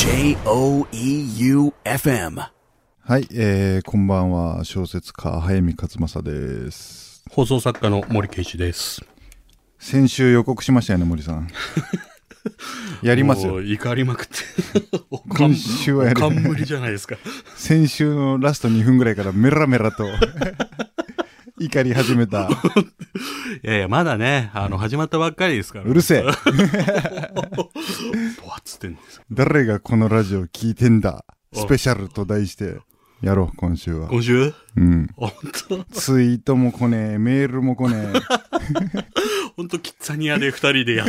J-O-E-U-F-M はい、こんばんは。小説家早見和正です。 放送作家の森圭一です。 先週予告しましたよね、森さん。やりますよ。 怒りまくって今週はやる。 冠じゃないですか。 先週のラスト2分ぐらいからメラメラと怒り始めた。 いやいや、まだね、始まったばっかりですから。 うるせえ。 ボワッつってんです。 誰がこのラジオ聞いてんだスペシャルと題してやろう、今週は。 今週？ うん。 本当？ ツイートも来ねえ、メールも来ねえ。 本当キッザニアで2人でやって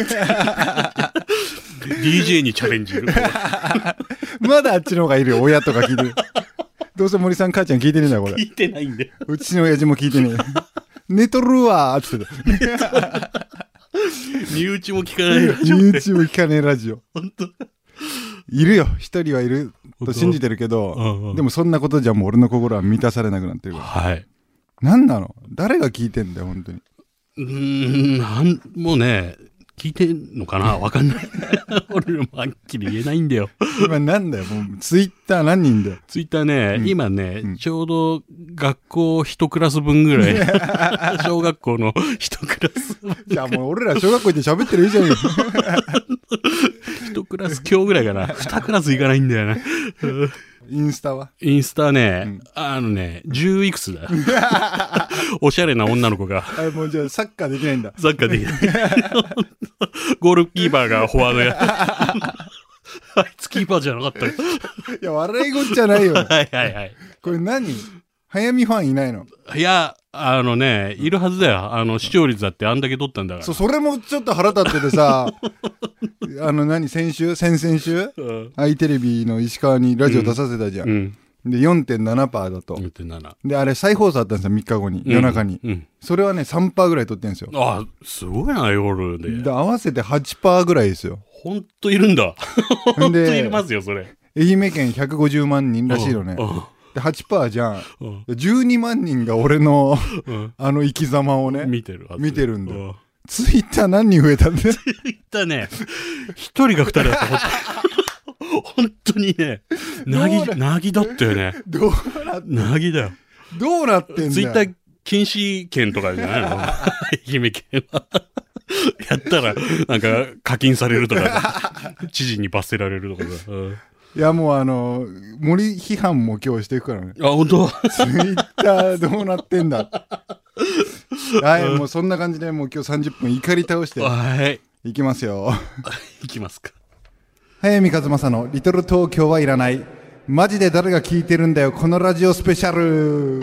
。DJ にチャレンジ。 まだあっちの方がいるよ、親とか聞いてる。どうせ森さん母ちゃん聞いてねえんだよ、これ。 聞いてないんで。 うちの親父も聞いてねえ。寝とるわーって言ってた。 身内も聞かないラジオ。 身内も聞かねえラジオ。 本当？ いるよ、一人はいると信じてるけど、でもそんなことじゃもう俺の心は満たされなくなってるから。 はい。 なんなの？誰が聞いてんだよ、本当に。 もうね、聞いてんのかなわかんない。俺もはっきり言えないんだよ。 今なんだよ、もうツイッター何人だよ。 ツイッターね、今ね、ちょうど学校一クラス分ぐらい。小学校の一クラス分。 じゃあもう俺ら小学校行って喋ってる以上に。 一クラス今日ぐらいかな。二クラスいかないんだよね。 インスタはね、10いくつだ。おしゃれな女の子が。 もうじゃあサッカーできないんだ。 サッカーできない。ゴールキーパーがフォワードや。あいつキーパーじゃなかった。いや、笑い事じゃないよ。 はいはいはい。 これ何？早見ファンいないの？ いや、いるはずだよ。視聴率だってあんだけ取ったんだから。 それもちょっと腹立っててさ、先々週、アイテレビの石川にラジオ出させたじゃん。で、4.7% だと。 4.7。 で、あれ再放送あったんですよ、3日後に。夜中に。それはね、3% ぐらい取ってんですよ。 あ、すごいな、夜で。 で、合わせて 8% ぐらいですよ。 ほんといるんだ。ほんといますよ、それ。 愛媛県150万人らしいのね。で 8% じゃん、12万人が俺の、生き様をね見てるんだよ。ツイッター何人増えたんだよ。 ツイッターね、1人が2人だった。本当にね、なぎだったよね。なぎだよ。 どうなってんだよ。 ツイッター禁止権とかじゃないの？愛媛県は。やったらなんか課金されるとか、知事に罰せられるとかさ。 いやもう森批判も今日していくからね。 あ、本当？ ツイッターどうなってんだ。はい、もうそんな感じでもう今日30分怒り倒して、 はい。 いきますよ。 いきますか。 早見和正のリトル東京はいらない。マジで誰が聞いてるんだよ、このラジオスペシャル。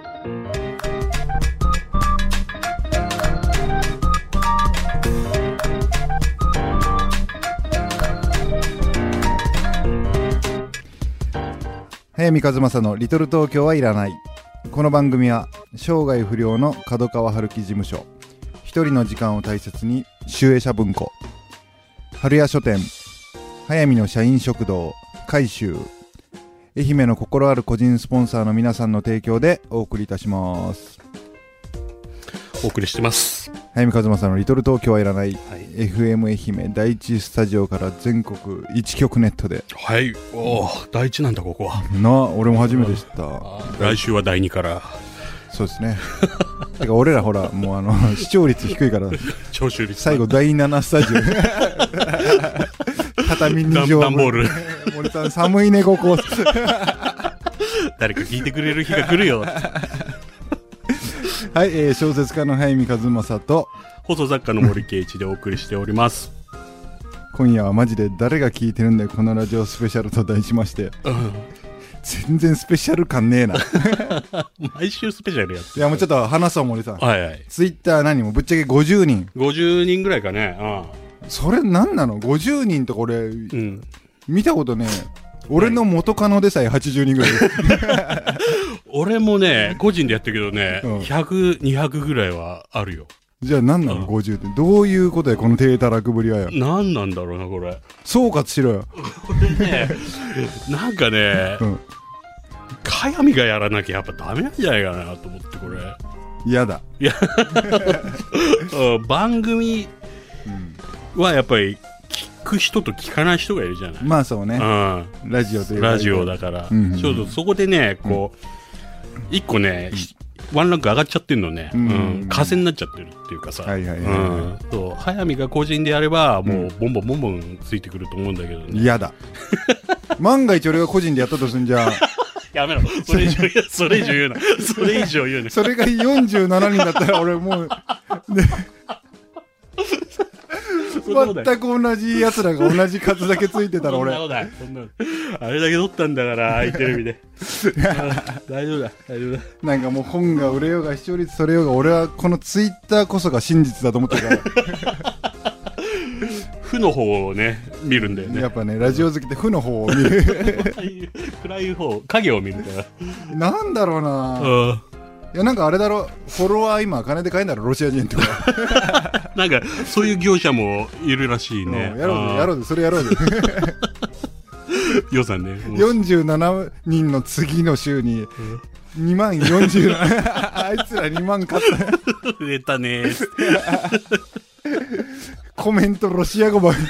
早見和正のリトル東京はいらない。この番組は生涯不良の角川春樹事務所、一人の時間を大切に集英社文庫、春屋書店、早見の社員食堂、海舟、愛媛の心ある個人スポンサーの皆さんの提供でお送りいたします。 お送りしてます。 早見和正のリトル東京はいらない、 はい、 FM 愛媛第一スタジオから全国1局ネットで。 はい。おー、第一なんだここは。 俺も初めて知った。 来週は第二から。 そうですね。てか俺らほらもう視聴率低いから聴取率最後第7スタジオ畳2畳段ボール。 森さん寒いねここ。 誰か聞いてくれる日が来るよ。 はい、小説家の早見和正と放送作家の森圭一でお送りしております。 今夜はマジで誰が聞いてるんだよこのラジオスペシャルと題しまして、全然スペシャル感ねえな。 毎週スペシャルやって。 いやもうちょっと話そう森さん。 はいはい。 ツイッター何もぶっちゃけ50人。 50人ぐらいかね。 それ何なの？50人とか俺、見たことねえ。俺の元カノでさえ80人ぐらい。 俺もね個人でやってるけどね、100、200ぐらいはあるよ。 じゃあ何なの50ってどういうことやこの低たらくぶりはよ。 何なんだろうなこれ。 総括しろよ。 これねなんかね、かやみがやらなきゃやっぱダメなんじゃないかなと思ってこれ。 嫌だ。 いや番組はやっぱりく人と聞かない人がいるじゃない。 まあそうね。ラジオというラジオだから。ちょうどそこでね、こう、一個ね、ワンランク上がっちゃってんのね。風になっちゃってるっていうかさ。早見が個人でやれば、もうボンボンボンボンついてくると思うんだけどね。 嫌だ。万が一俺が個人でやったとすんじゃ。 やめろ。それ以上言うな。それ以上言うな。 それが47人だったら俺もう、ね。全く同じ奴らが同じ数だけついてたら俺。そんなあれだけ取ったんだから、テレビで。大丈夫だ。 なんかもう本が売れようが視聴率取れようが、俺はこのツイッターこそが真実だと思ってるから。 負の方をね、見るんだよね。 やっぱね、ラジオ好きって負の方を見る。 暗い方、影を見るから。 なんだろうな。いやなんかあれだろ、フォロワー今金で買えんだろ、ロシア人とか。 なんかそういう業者もいるらしいね。 やろうぜ、それやろうぜ。 予算ね。 47人の次の週に2万47あいつら2万買った。 売れたねー。 コメントロシア語ばっか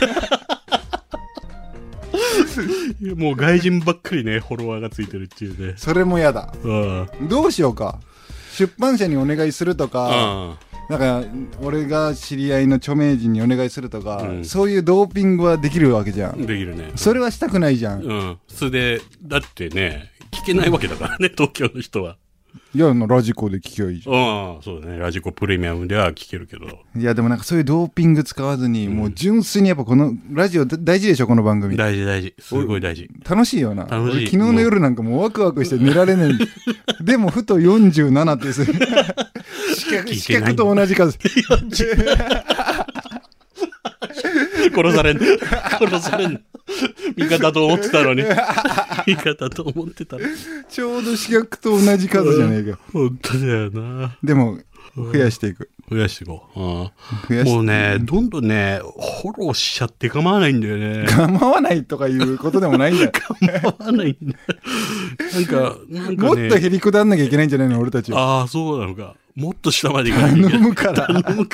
り。もう外人ばっかりね、フォロワーがついてるっていうね。 それもやだ。どうしようか。出版社にお願いするとか、なんか俺が知り合いの著名人にお願いするとか、そういうドーピングはできるわけじゃん。 できるね。 それはしたくないじゃん。 それでだってね、聞けないわけだからね、東京の人は。 いや、ラジコで聞けばいいじゃん。そうだね。ラジコプレミアムでは聞けるけど。 いや、でもなんかそういうドーピング使わずに、もう純粋にやっぱこのラジオ大事でしょ、この番組。 大事。すごい大事。 楽しいよな。 楽しい。 昨日の夜なんかもうワクワクして寝られねえ。でもふと47ってする。視覚と同じ数。 殺されん。味方と思ってたのに。味方と思ってたの。 ちょうど視覚と同じ数じゃねえか。 本当だよな。 でも、増やしていく。 増やしていこう。もうね、どんどんね、フォローしちゃって構わないんだよね。 構わないとかいうことでもないんだよ。 構わないんだよ。なんかね。 もっとへりくだんなきゃいけないんじゃないの、俺たちは。 ああ、そうなのか。もっと下まで行かなきゃいけない。 頼むから。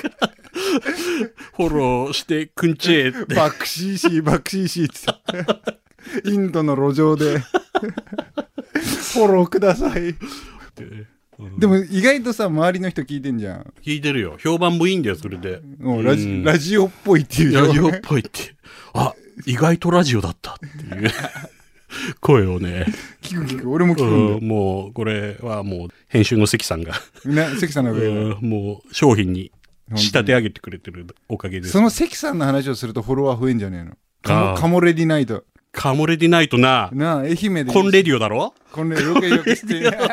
フォローしてくんちえって。 バクシーシーってインドの路上でフォローください。でも意外とさ、周りの人聞いてんじゃん。 聞いてるよ。評判もいいんだよ、それで。 ラジオっぽいっていう。 ラジオっぽいって。あ、意外とラジオだったっていう声をね。 聞く。俺も聞くんだ。 もう、これはもう、編集の関さんが。 関さんのおかげで。 もう、商品に仕立て上げてくれてるおかげです。 その関さんの話をするとフォロワー増えんじゃねえの。カモレディナイト。 カモレディナイトな。 愛媛で。 コンレディオだろ。 コンレディオよく知ってる。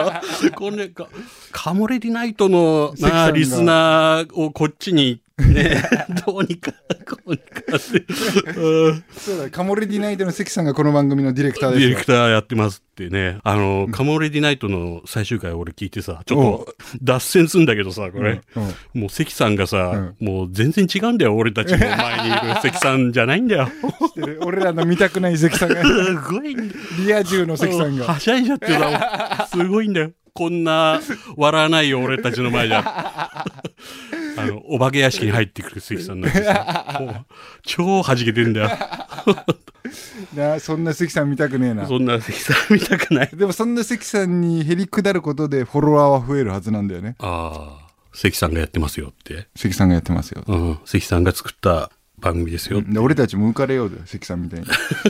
カモレディナイトのな、リスナーをこっちに、ね、どうにかってそうだ、カモレディナイトの関さんがこの番組のディレクターです。 ディレクターやってますってね。カモレディナイトの最終回俺聞いてさ、ちょっと脱線すんだけどさ、これ。もう関さんがさ、もう全然違うんだよ。俺たちの前にいる関さんじゃないんだよ。 俺らの見たくない関さんが。 すごいリア充の関さんが。 はしゃいじゃってるな。すごいんだよ。こんな笑わないよ、俺たちの前じゃ。お化け屋敷に入ってくる関さんなんてさ、超弾けてんだよ。 そんな関さん見たくねえな。 そんな関さん見たくない。 でもそんな関さんにへりくだることでフォロワーは増えるはずなんだよね。 ああ、関さんがやってますよって。 関さんがやってますよ。 関さんが作った番組ですよ。 俺たちも浮かれようぜ、関さんみたいに。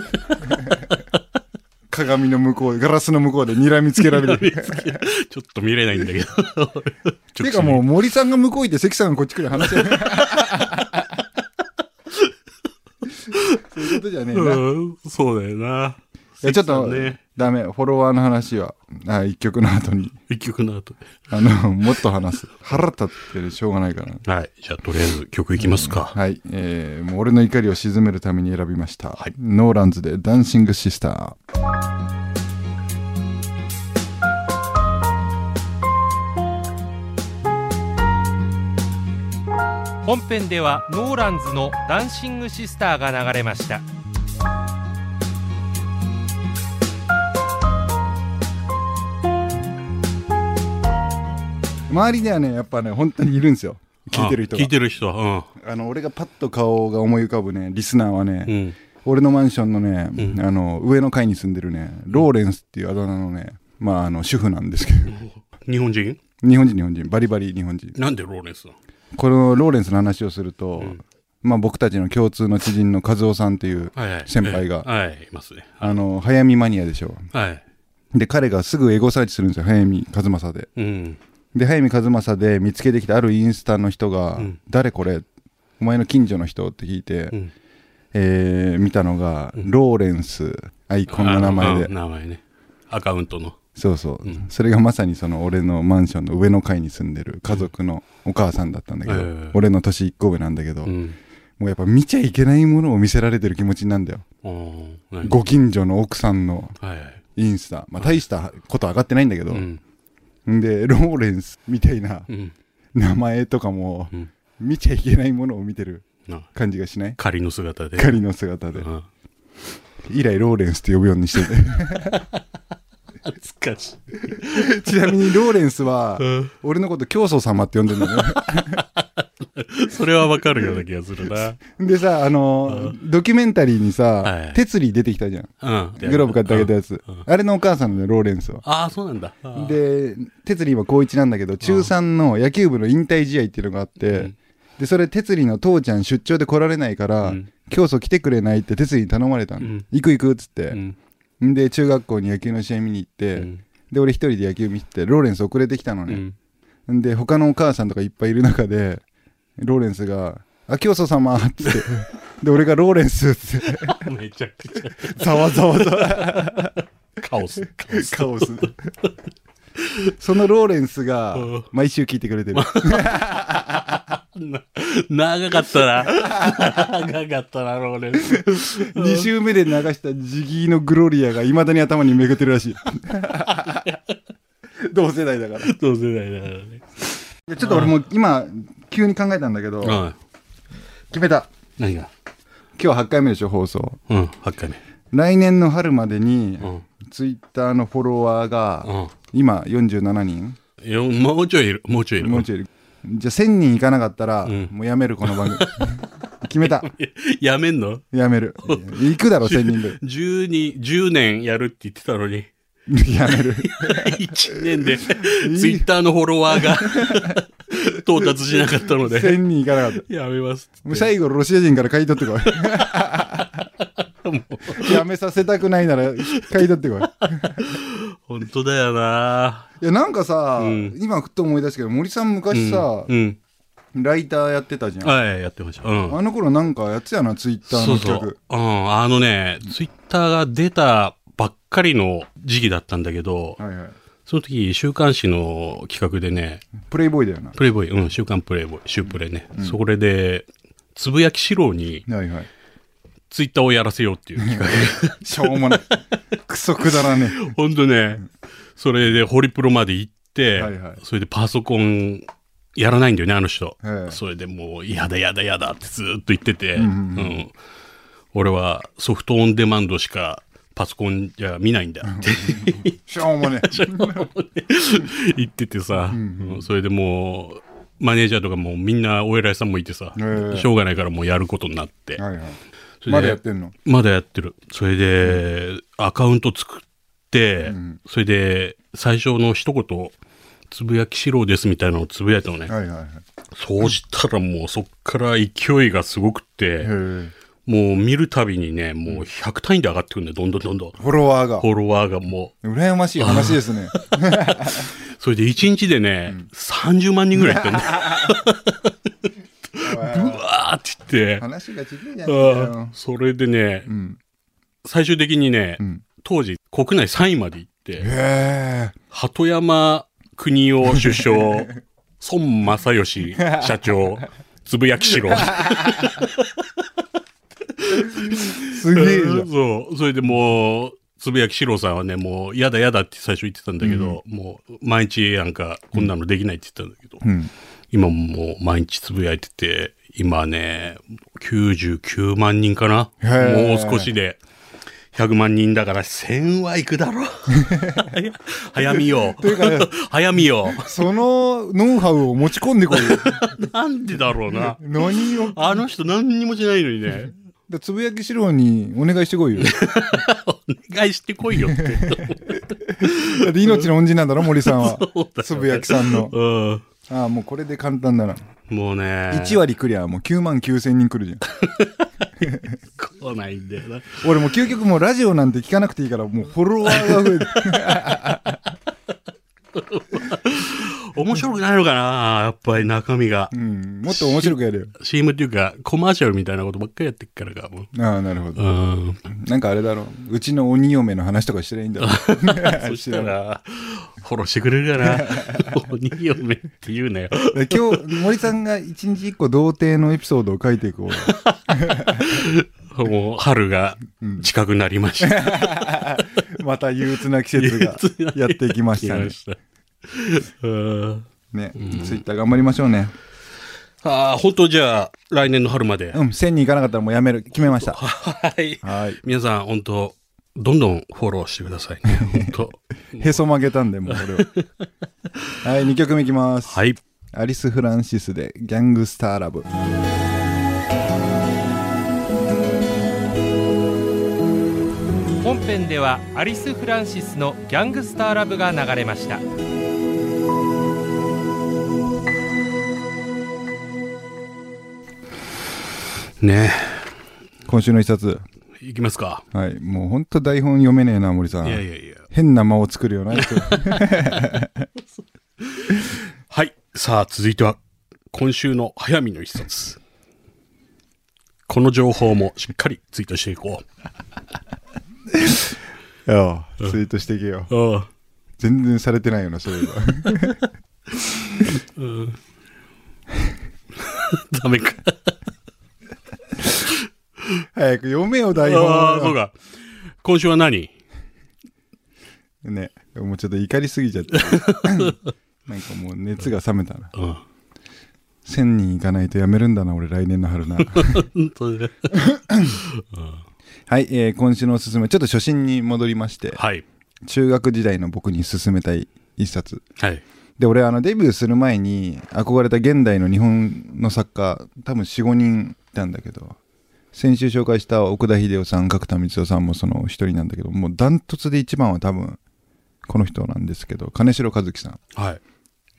鏡の向こう、ガラスの向こうで睨みつけられる。 ちょっと見れないんだけど。 てかもう森さんが向こう行って関さんがこっち来る話じゃない。そういうことじゃねえな。 そうだよな。 いやちょっと、ダメ。フォロワーの話は、一曲の後に。 一曲の後で。 もっと話す。腹立ってるしょうがないから。 はい。じゃあとりあえず曲いきますか。 はい。もう俺の怒りを鎮めるために選びました。はい。ノーランズでダンシングシスター。 本編ではノーランズのダンシングシスターが流れました。 周りではね、やっぱね、本当にいるんですよ。 聞いてる人が。 聞いてる人は、 俺がパッと顔が思い浮かぶね、リスナーはね、俺のマンションのね、上の階に住んでるね、ローレンスっていうあだ名のね、主婦なんですけど。 日本人バリバリ日本人。 なんでローレンスなの？ このローレンスの話をすると、僕たちの共通の知人の和夫さんっていう先輩が、 いますね。 早見マニアでしょ。 はい。 で、彼がすぐエゴサーチするんですよ、早見和正で。で、早見和正で見つけてきたあるインスタの人が、誰これ？お前の近所の人って聞いて、見たのが、ローレンス、アイコンの名前で。 名前ね。アカウントの。 そうそう、それがまさにその俺のマンションの上の階に住んでる家族のお母さんだったんだけど、俺の年1個上なんだけど、もうやっぱ見ちゃいけないものを見せられてる気持ちなんだよ。ご近所の奥さんのインスタ、大したこと上がってないんだけど、でローレンスみたいな名前とかも、見ちゃいけないものを見てる感じがしない？ 仮の姿で。 以来ローレンスって呼ぶようにしてて懐かしい。 ちなみにローレンスは、俺のこと教祖様って呼んでるんだねそれはわかるような気がするな。 でさ、ドキュメンタリーにさ、哲理出てきたじゃん。グローブ買ってあげたやつ。あれのお母さんなんだよ、ローレンスは。 ああ、そうなんだ。 で、哲理は高1なんだけど、中3の野球部の引退試合っていうのがあって、で、それ哲理の父ちゃん出張で来られないから、教祖来てくれないって哲理に頼まれたの。行くっつって。で、中学校に野球の試合見に行って、で、俺一人で野球見てて、ローレンス遅れてきたのね。で、他のお母さんとかいっぱいいる中で、ローレンスが、教祖様って言って、で、俺がローレンスって。 めちゃくちゃ。 ざわざわカオス。 そのローレンスが、毎週聞いてくれてる。 長かったな、ローレンス。 2週目で流したジギーのグロリアがいまだに頭に巡ってるらしい。同世代だからね。 ちょっと俺も今、急に考えたんだけど、決めた。 何が？ 今日8回目でしょ、放送。 8回目。 来年の春までに、ツイッターのフォロワーが、今47人？ もうちょいいる。 じゃあ1000人いかなかったら、もうやめる、この番組。決めた。 やめんの？ やめる。行くだろ、1000人で。 10年やるって言ってたのに。 やめる。 1年で、ツイッターのフォロワーが到達しなかったので。 1000人いかなかった。 やめますもう最後、ロシア人から買い取ってこい。やめさせたくないなら、買い取ってこい。 本当だよな。 いや、なんかさ、今ふっと思い出したけど、森さん昔さ、ライターやってたじゃん。 はい、やってました。 あの頃なんかやってたな、ツイッターの企画。 ツイッターが出たばっかりの時期だったんだけど、その時、週刊誌の企画でね、 プレイボーイだよな。 プレイボーイ、週刊プレイボーイ、週プレね。それで、つぶやきしろに、ツイッターをやらせようっていう企画。 しょうもない。クソくだらねえ。 ほんとね、それでホリプロまで行って、それでパソコンやらないんだよね、あの人。それでもう、やだってずっと言ってて、俺はソフトオンデマンドしかパソコンじゃ見ないんだって。 しょうもねえ。言っててさ、それでもう、マネージャーとかもみんなお偉いさんもいてさ、しょうがないからもうやることになって。 まだやってんの？ まだやってる。それで、アカウント作って、それで、最初の一言、つぶやきしろですみたいなのをつぶやいたのね。そうしたらもうそっから勢いがすごくて、もう見るたびにね、もう100単位で上がってくるんだよ、どんどん。 フォロワーがもう。 羨ましい話ですね。 それで1日でね、30万人ぐらいいったんだよ。ブワーって言って。 話がちぎりじゃないよ。 それでね、最終的にね、当時国内3位まで行って、鳩山国夫首相、孫正義社長、つぶやきしろ。 すげえじゃん。 そう。それでもう、つぶやきしろさんはね、もう、やだって最初言ってたんだけど、もう、毎日なんか、こんなのできないって言ったんだけど、今もう毎日つぶやいてて、今ね、99万人かな、もう少しで 100万人だから1000はいくだろ。早見よ。 というか、 早見よ。 そのノウハウを持ち込んでこいよ。 なんでだろうな。 何を。 あの人何にもしないのにね。 つぶやきしろにお願いしてこいよ。 お願いしてこいよって。 だって命の恩人なんだろ、森さんは。つぶやきさんの。ああ、もうこれで簡単だな。 もうね。 1割クリアもう99,000人来るじゃん。 来ないんだよな。 俺もう究極もうラジオなんて聞かなくていいから、もうフォロワーが増える。 面白くないのかな、やっぱり中身が。 うん、もっと面白くやれよ。 CM っていうか、コマーシャルみたいなことばっかりやってっからかも。 ああ、なるほど。なんかあれだろう。うちの鬼嫁の話とかしてりゃいいんだろう。 そしたら、フォローしてくれるかな。鬼嫁って言うなよ。 今日、森さんが一日一個童貞のエピソードを書いていこう。もう、春が近くなりました。 また憂鬱な季節がやってきましたね。ね、ツイッター頑張りましょうね。 ああ、本当じゃあ、来年の春まで。 1000人いかなかったらもうやめる。決めました。 はい。皆さん、本当どんどんフォローしてくださいね。本当へそ曲げたんで、もうこれは。はい、2曲目いきます。 はい。 アリス・フランシスで、ギャングスター・ラブ。 本編ではアリス・フランシスのギャングスターラブが流れました。 ねえ、今週の一冊いきますか。 はい、もうほんと台本読めねえな、森さん。 いや変な間を作るよな。 はい、さあ続いては今週の早見の一冊。この情報もしっかりツイートしていこう。ああ、ツイートしていけよ。全然されてないよな、それは。 ダメか。 早く読めよ、台本。 そうか。今週は何？ ね、もうちょっと怒りすぎちゃって。なんかもう熱が冷めたな。1000人いかないとやめるんだな、俺、来年の春な。 本当ね。 はい、今週のおすすめ、ちょっと初心に戻りまして、 はい、 中学時代の僕に勧めたい一冊。 はい、 で、俺、デビューする前に憧れた現代の日本の作家、多分4、5人いたんだけど、先週紹介した奥田秀夫さん、角田光代さんもその一人なんだけど、もうダントツで一番は多分この人なんですけど、金城和樹さん。 はい。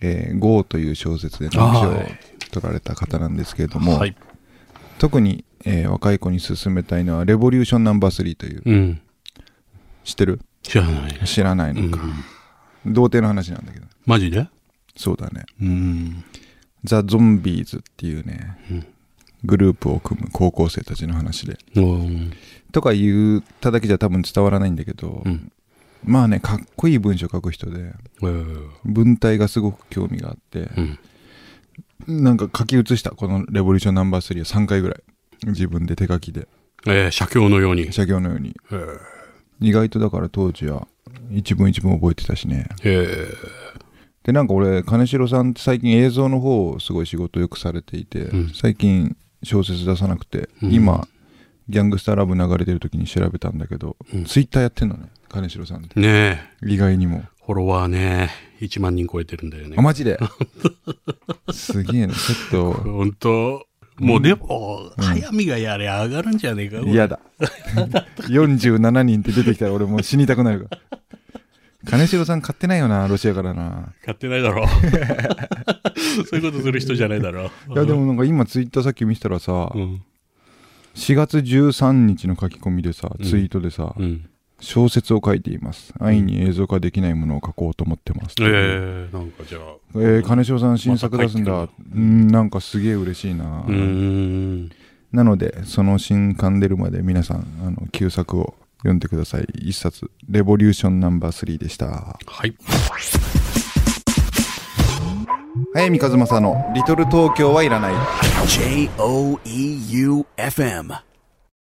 GO という小説で直木賞を取られた方なんですけれども、はい、特に、若い子に勧めたいのはレボリューションナンバー3という、知ってる？ 知らない。 知らないのか、童貞の話なんだけど。 マジで？ そうだね。ザ・ゾンビーズっていうね、グループを組む高校生たちの話で、とか言っただけじゃ多分伝わらないんだけど、まあね、かっこいい文章書く人で、文体がすごく興味があって、なんか書き写したこのレボリューションナンバー3を3回ぐらい自分で手書きで、 写経のように意外とだから当時は一文一文覚えてたしね。で、なんか俺金城さんって最近映像の方をすごい仕事よくされていて、最近小説出さなくて、今ギャングスターラブ流れてる時に調べたんだけど、ツイッターやってんのね、金城さんってね。 意外にもフォロワーね1万人超えてるんだよね。 あ、マジですげえな。ちょっと本当もうでも、早見がやれ上がるんじゃねえか。 嫌だ。47人って出てきたら俺もう死にたくなるから。金城さん買ってないよな、ロシアからな。 買ってないだろ。そういうことする人じゃないだろ。 いやでもなんか今ツイッターさっき見せたらさ、4月13日の書き込みでさ、ツイートでさ、小説を書いています。愛に映像化できないものを書こうと思ってます。 なんかじゃあ、 金城さん新作出すんだ。なんかすげえ嬉しいな。なのでその新刊出るまで皆さん旧作を読んでください。一冊レボリューションナンバー3でした。 はい。 早見和正のリトル東京はいらない。 JOEU FM